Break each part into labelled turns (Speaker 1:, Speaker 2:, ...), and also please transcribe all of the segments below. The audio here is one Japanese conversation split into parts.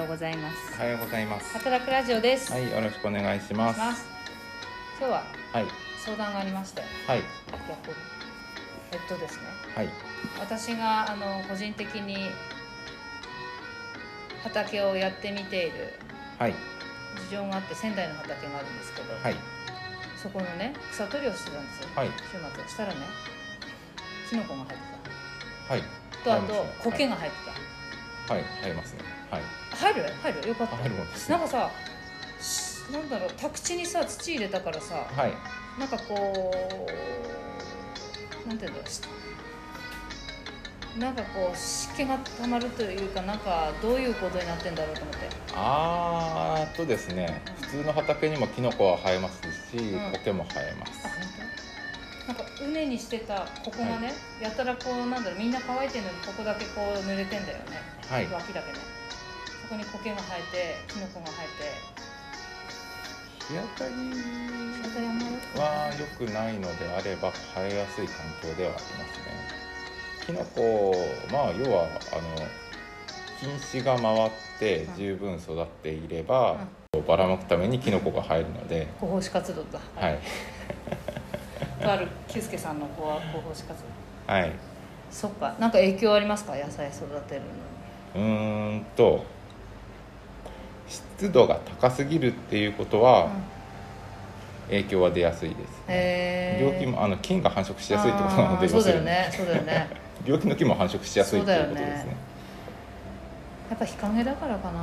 Speaker 1: ようございます。
Speaker 2: おはようございます。
Speaker 1: 働くラジオです。
Speaker 2: はい、よろしくお願いします。
Speaker 1: 今日は
Speaker 2: はい
Speaker 1: 相談がありまして、
Speaker 2: はい
Speaker 1: ですね、
Speaker 2: はい。
Speaker 1: 私が個人的に畑をやってみている
Speaker 2: はい
Speaker 1: 事情があって、仙台の畑があるんですけど、
Speaker 2: はい
Speaker 1: そこのね草取りをしてたんですよ、
Speaker 2: はい
Speaker 1: 週末。したらね、キノコが入って
Speaker 2: はい。
Speaker 1: たと、あと苔が入って
Speaker 2: はい入りますね。はい。
Speaker 1: た。入るよかった。
Speaker 2: 入るもんですね。
Speaker 1: なんかさ、なんだろう、宅地にさ土入れたからさ、
Speaker 2: はい
Speaker 1: なんかこう、なんていうんだろう、なんかこう湿気がたまるというか、なんかどういうことになってんだろうと思って。
Speaker 2: ですね、普通の畑にもキノコは生えますし、
Speaker 1: うん
Speaker 2: 苔も生えます。
Speaker 1: あ、本当？なんか畝にしてたここがね、やたらこう、なんだろう、みんな乾いてるのにここだけこう濡れてんだよね。
Speaker 2: はい。
Speaker 1: 脇だけね。そこに苔が生えて、キノコが生え
Speaker 2: 日当たり
Speaker 1: て、それあんまよく
Speaker 2: は良くないのであれば生えやすい環境ではありますね。キノコ、要は菌糸が回って十分育っていれば、ばらまくためにキノコが生えるので、
Speaker 1: 広報誌活動だ。
Speaker 2: はい。
Speaker 1: とある久助さんの広報誌活動。
Speaker 2: はい。
Speaker 1: そっか、なんか影響ありますか、野菜育てるのに。
Speaker 2: 湿度が高すぎるっていうことは、影響は出やすいです。病気も菌が繁殖しやすいってことなので、
Speaker 1: そうだよね、そうだよね。
Speaker 2: 病気の菌も繁殖しやすいっていうことですね。
Speaker 1: やっぱ日陰だからかな。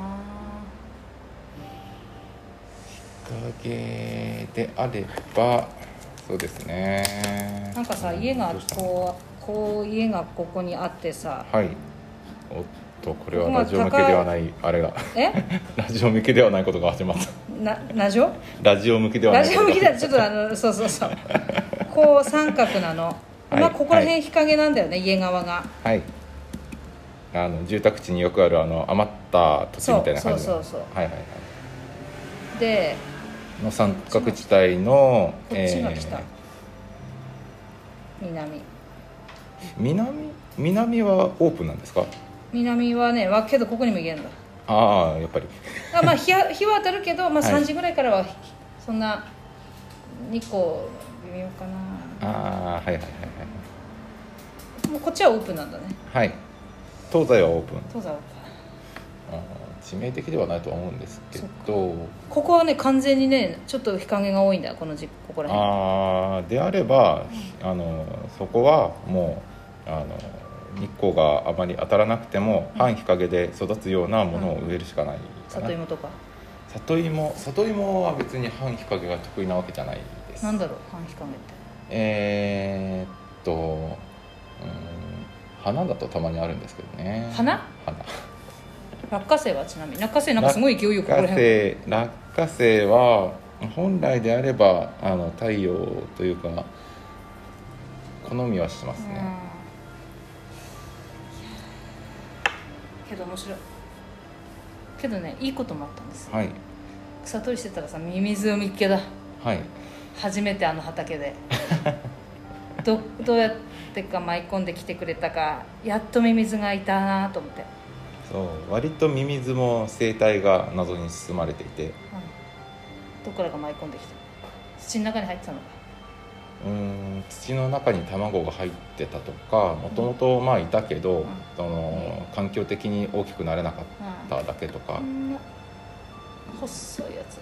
Speaker 2: 日陰であればそうですね。
Speaker 1: なんかさ、家がこう家がここにあってさ、
Speaker 2: はい。おっと、これはラジオ向けではないあれがラジオ向けではないことが始まった。
Speaker 1: ラジオ
Speaker 2: 向けではない。
Speaker 1: ラジオ向けではちょっとそうこう三角なの。ここら辺日陰なんだよね、家側が。
Speaker 2: はい。住宅地によくある余った土地みたいな感じ。
Speaker 1: そう。
Speaker 2: はい。
Speaker 1: で、
Speaker 2: の三角地帯の
Speaker 1: こっちが北、
Speaker 2: 南はオープンなんですか？
Speaker 1: 南はね、けどここにも家んだ。
Speaker 2: やっぱり
Speaker 1: 日は当たるけど、3時ぐらいからはそんな日光微妙かな。
Speaker 2: はい
Speaker 1: もうこっちはオープンなんだね。
Speaker 2: はい。東西はオープン。
Speaker 1: 東西はオープン。
Speaker 2: 致命的ではないとは思うんですけど、
Speaker 1: ここはね完全にねちょっと日陰が多いんだよ、ここら辺。
Speaker 2: であれば、そこはもう日光があまり当たらなくても、半日陰で育つようなものを植えるしかないかな。
Speaker 1: 里芋とか。
Speaker 2: 里芋は別に半日陰が得意なわけじゃないです。
Speaker 1: なんだろう、半日陰って。
Speaker 2: 花だとたまにあるんですけどね。
Speaker 1: 花落花生は、ちなみに落花生なんかすごい勢いよくここら辺。
Speaker 2: 落花生は本来であれば太陽というか好みはしますね。
Speaker 1: けど面白い。けどね、いいこともあったんです。
Speaker 2: はい。
Speaker 1: 草取りしてたらさ、ミミズを見っけだ。
Speaker 2: はい。
Speaker 1: 初めて畑でどうやってか舞い込んできてくれたか、やっとミミズがいたなと思って。
Speaker 2: そう、割とミミズも生態が謎に包まれていて、
Speaker 1: どこからか舞い込んできた。土の中に入ってたのか。
Speaker 2: 土の中に卵が入ってたとか、もともといたけど、環境的に大きくなれなかっただけとか、
Speaker 1: 細いやつ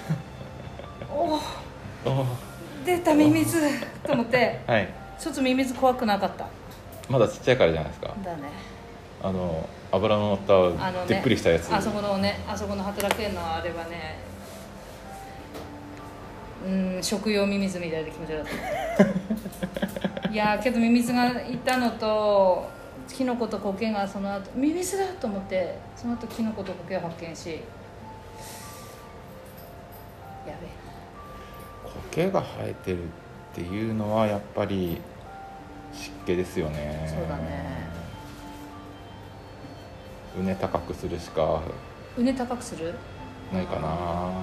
Speaker 1: 出たミミズと思って、はい、ちょっとミミズ怖くなかった。
Speaker 2: まだちっちゃいからじゃないですか。
Speaker 1: だね。
Speaker 2: 油の乗ったでっくりしたやつ、
Speaker 1: あそこの働けんのあれはね、食用ミミズみたいで気持ち悪かった。いやけどミミズがいたのと、キノコと苔がその後、ミミズだと思って、その後キノコと苔を発見し、やべえ、
Speaker 2: 苔が生えてるっていうのはやっぱり湿気ですよね。
Speaker 1: そうだね。
Speaker 2: 畝高くするしかないかな。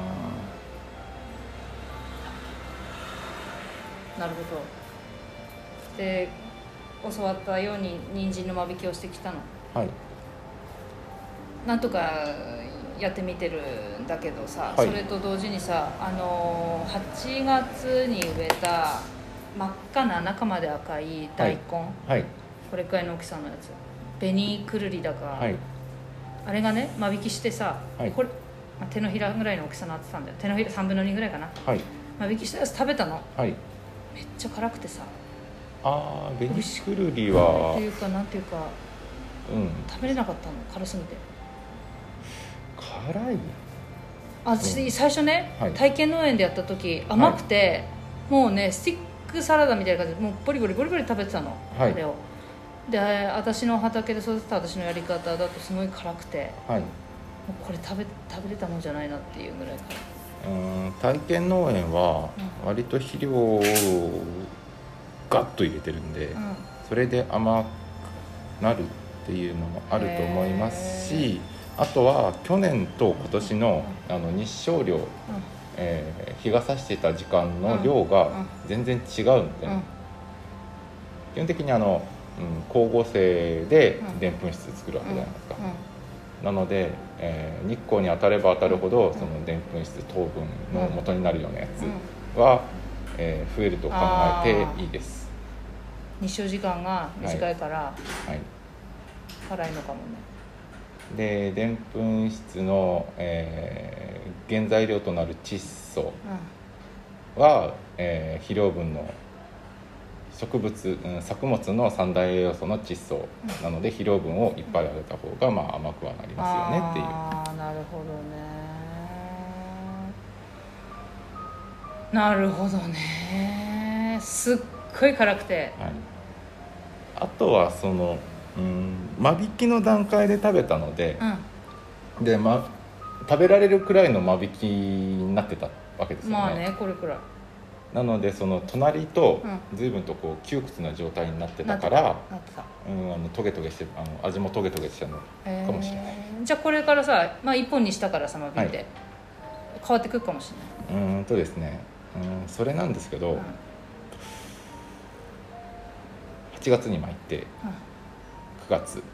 Speaker 1: なるほど。で、教わったように人参の間引きをしてきたの。
Speaker 2: はい。
Speaker 1: なんとかやってみてるんだけどさ、
Speaker 2: はい、
Speaker 1: それと同時にさ、8月に植えた真っ赤な中まで赤い大根、
Speaker 2: はい、
Speaker 1: これくらいの大きさのやつ、紅くるりだか、
Speaker 2: はい、
Speaker 1: あれがね間引きしてさ、
Speaker 2: はい、
Speaker 1: これ手のひらぐらいの大きさになってたんだよ。手のひら3分の2ぐらいかな、
Speaker 2: はい、
Speaker 1: 間引きしたやつ食べたの。
Speaker 2: はい。
Speaker 1: めっちゃ辛くてさ、
Speaker 2: ああ、紅くるりは
Speaker 1: っていうかなんていうか、食べれなかったの、辛すぎて。
Speaker 2: 辛い。
Speaker 1: 私、最初ね、
Speaker 2: はい、
Speaker 1: 体験農園でやった時甘くて、もうねスティックサラダみたいな感じでもうボリボリボリボリ食べてたの、
Speaker 2: はい、
Speaker 1: あれを。で、私の畑で育てた私のやり方だとすごい辛くて、
Speaker 2: はい、
Speaker 1: もうこれ食べれたもんじゃないなっていうぐらい
Speaker 2: 体験農園は割と肥料をガッと入れてるんで、それで甘くなるっていうのもあると思いますし、あとは去年と今年の日照量、日が差していた時間の量が全然違うので、基本的に光合成ででんぷん質作るわけじゃないですか。なので、日光に当たれば当たるほどそのでんぷん質糖分の元になるようなやつは、増えると考えていいです。
Speaker 1: 日照時間が短いから、
Speaker 2: はい、
Speaker 1: 辛いのかもね。
Speaker 2: ででんぷん質の、原材料となる窒素は、肥料分の作物の三大栄養素の窒素なので、肥料分をいっぱいあげた方が甘くはなりますよねっていう。
Speaker 1: ああ、なるほどね、なるほどね。すっごい辛くて、
Speaker 2: はい、あとは間引きの段階で食べたので、で、食べられるくらいの間引きになってたわけですよね。
Speaker 1: まあね、これくらい
Speaker 2: なのでその隣と随分とこう窮屈な状態になってたから、トゲトゲして味もトゲトゲしたのかもしれない。
Speaker 1: じゃあこれからさ、一本にしたからさ、間引いて、変わってくるかもしれない。
Speaker 2: ですね、それなんですけど、8月に巻いて、9月、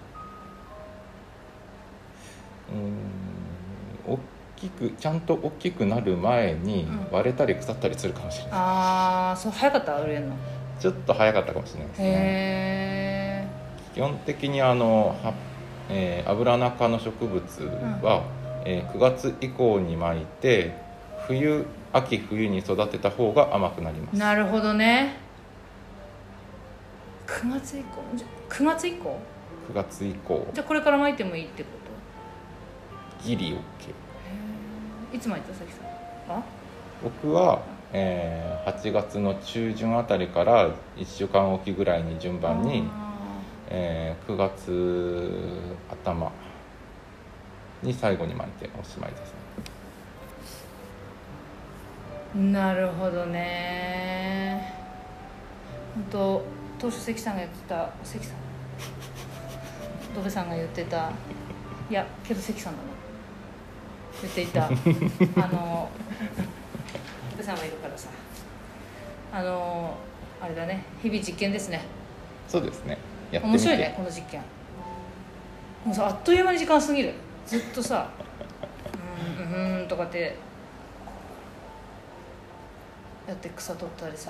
Speaker 2: ちゃんと大きくなる前に割れたり腐ったりするかもしれない。
Speaker 1: ああ、そう、早かった？売れるの
Speaker 2: ちょっと早かったかもしれないですね。基本的にアブラナ科の植物は、9月以降に巻いて秋冬に育てた方が甘くなります。
Speaker 1: なるほどね。9月以降9月以降
Speaker 2: 9月以降、
Speaker 1: じゃあこれから巻いてもいいってこと？
Speaker 2: ギリ OK。
Speaker 1: いつ巻いた？さきさん。
Speaker 2: 僕は、8月の中旬あたりから1週間おきぐらいに順番に、9月頭に最後に巻いておしまいです
Speaker 1: ね。なるほどね。当初関さんが言ってた、関さんドベさんが言ってた、いやけど関さんだな、言っていたドベさんがいるからさ、あれだね、日々実験ですね。
Speaker 2: そうですね、やってみて
Speaker 1: 面白いね、この実験。もうさ、あっという間に時間過ぎる。ずっとさとかってやって草取ったりさ、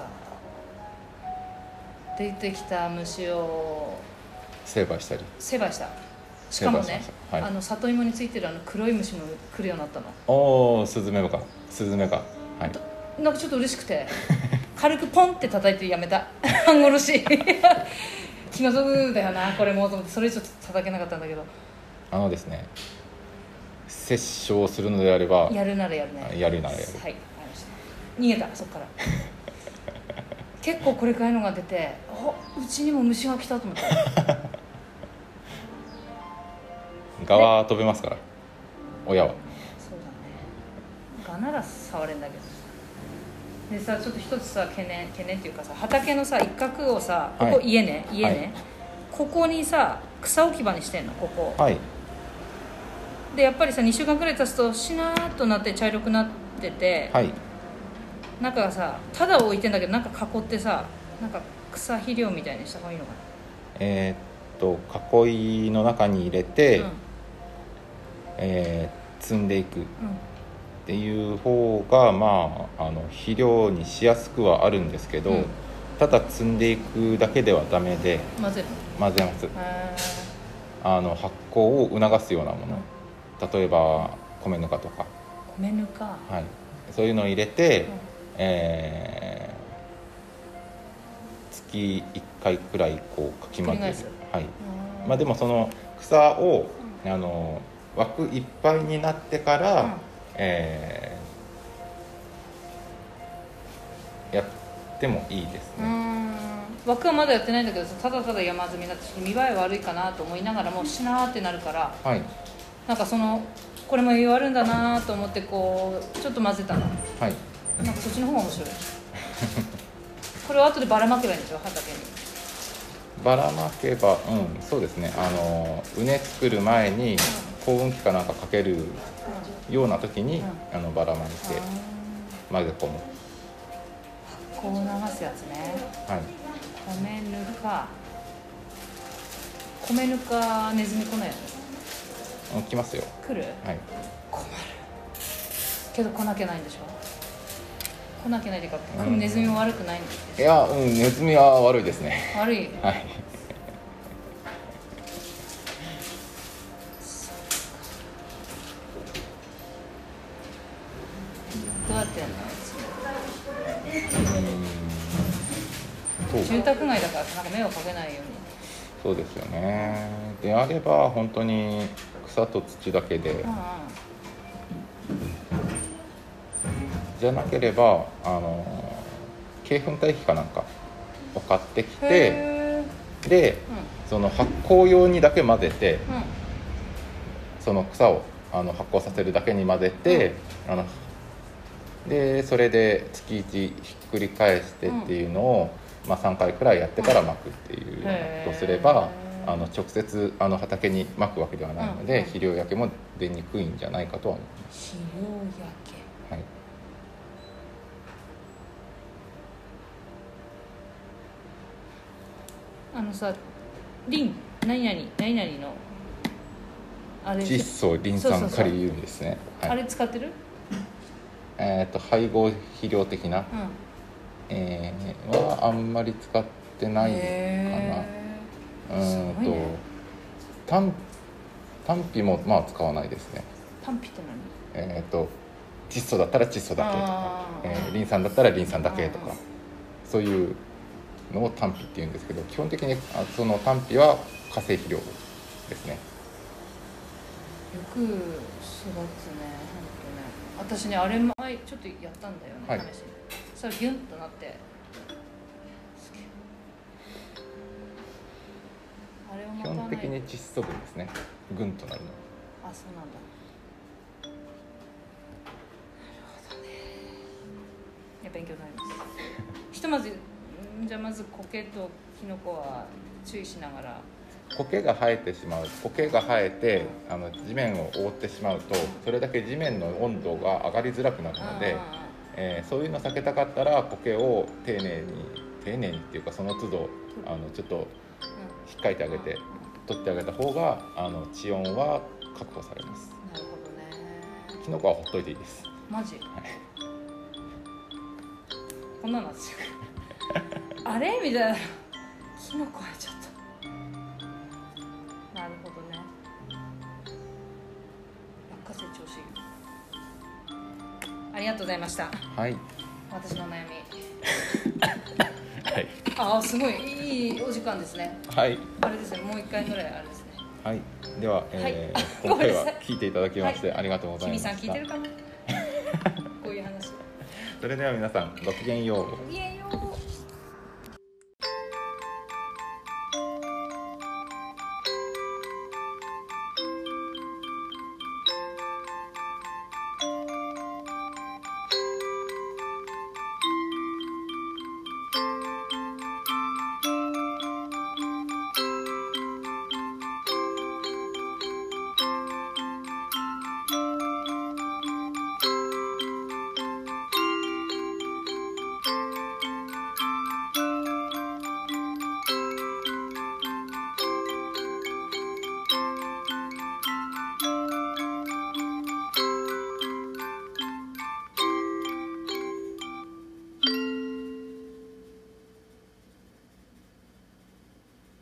Speaker 1: 出てきた虫を
Speaker 2: 成敗したり。
Speaker 1: 成敗した。しかもね、
Speaker 2: はい、
Speaker 1: 里芋についてる黒い虫も来るようになったの。
Speaker 2: おお、スズメか、はい、
Speaker 1: なんかちょっと嬉しくて軽くポンって叩いてやめた半殺し気の毒だよなこれもと思って、それちょっと叩けなかったんだけど、
Speaker 2: ですね、殺生するのであれば
Speaker 1: やるならやるね。
Speaker 2: はい、
Speaker 1: わかりました。逃げた、そっから結構これくらいのが出て、うちにも虫が来たと思った
Speaker 2: ガは飛べますから、親は。
Speaker 1: そうだね、ガなら触れんだけどさ。でさ、ちょっと一つさ懸念っていうかさ、畑のさ一角をさ、ここ、はい、家ね、はい、ここにさ草置き場にしてんの、ここ、
Speaker 2: はい、
Speaker 1: でやっぱりさ2週間くらい経つとしなーっとなって茶色くなってて、
Speaker 2: はい、
Speaker 1: なんかさ、ただ置いてんだけど、なんか囲ってさ、なんか草肥料みたいにした方がいいのかな。
Speaker 2: 囲いの中に入れて、 積んでいくっていう方が、肥料にしやすくはあるんですけど、ただ積んでいくだけではダメで
Speaker 1: 混ぜ
Speaker 2: ます。発酵を促すようなもの、例えば米ぬかとか、はい、そういうのを入れて、月1回くらいこうかき混ぜる、はい、でもその草を、枠いっぱいになってから、やってもいいですね。
Speaker 1: 枠はまだやってないんだけど、ただただ山積みになって見栄え悪いかなと思いながらもしなーってなるから、
Speaker 2: はい、
Speaker 1: なんかこれも栄養あるんだなと思ってこうちょっと混ぜたの、はい、なんかそっちの方が面白いこれを後でばらまけばいいんでしょ、畑に。
Speaker 2: ばらまけば、そうですね、畝作る前に耕運機かなんかかけるような時に、ばらまいて混ぜ込む。
Speaker 1: 発酵を流すやつね。はい。米ぬかネズミ来ないよね。
Speaker 2: 来ますよ。
Speaker 1: 来る？
Speaker 2: はい。
Speaker 1: 困る。けど来なきゃないんでしょ。来なきゃないでか。ネズミも悪くないんです。
Speaker 2: いや、ネズミは悪いですね。
Speaker 1: 悪い。
Speaker 2: はい。
Speaker 1: どうやってやるの？住宅街だからなんか迷惑かけないように。
Speaker 2: そうですよね。であれば本当に草と土だけで、じゃなければ鶏粉堆肥かなんかを買ってきて、で、その発酵用にだけ混ぜて、その草を発酵させるだけに混ぜて、でそれで月1ひっくり返してっていうのを、3回くらいやってから巻くっていうことをすれば、直接畑に巻くわけではないので、肥料焼けも出にくいんじゃないかとは思います。
Speaker 1: 肥料焼け、はい。さ、何々のあれ、
Speaker 2: 窒素リン酸カリウムですね。
Speaker 1: あれ使ってる？
Speaker 2: 配合肥料的な、はあんまり使ってないかな。単肥も使わないですね。
Speaker 1: 単肥って
Speaker 2: 何？窒素だったら窒素だけとか、リン酸だったらリン酸だけとか、そういうのを単肥っていうんですけど、基本的にその単肥は化成肥料ですね。
Speaker 1: よく育つね、私ね、あれ前ちょっとやったんだよね、はい、試しに。そしたらギュンとなって、あれを
Speaker 2: 基本的に窒素分ですね、グンとなるの。
Speaker 1: あ、そうなんだ。なるほどね。いや、勉強になりますひとまず、じゃあまず苔とキノコは注意しながら。
Speaker 2: 苔が生えて、地面を覆ってしまうと、それだけ地面の温度が上がりづらくなるので、そういうの避けたかったら苔を丁寧にっていうか、その都度ちょっと引っかいてあげて、取ってあげた方が地温は確保されます。
Speaker 1: なるほどね。
Speaker 2: キノコはほっといていいです。
Speaker 1: マジ？はい、こんなのですよあれみたいな、キノコ生えちゃった。なるほどね。落花生調子いい。ありがとうございました。
Speaker 2: はい。
Speaker 1: 私の悩み。
Speaker 2: はい。
Speaker 1: ああ、すごいいいお時間ですね。
Speaker 2: はい。
Speaker 1: あれですね、もう一回ぐらいあれですね。
Speaker 2: はい。では、今回は聞いていただきましてありがとうございました。
Speaker 1: 君さん聞いてるかなこういう話。
Speaker 2: それでは皆さんごきげんよう。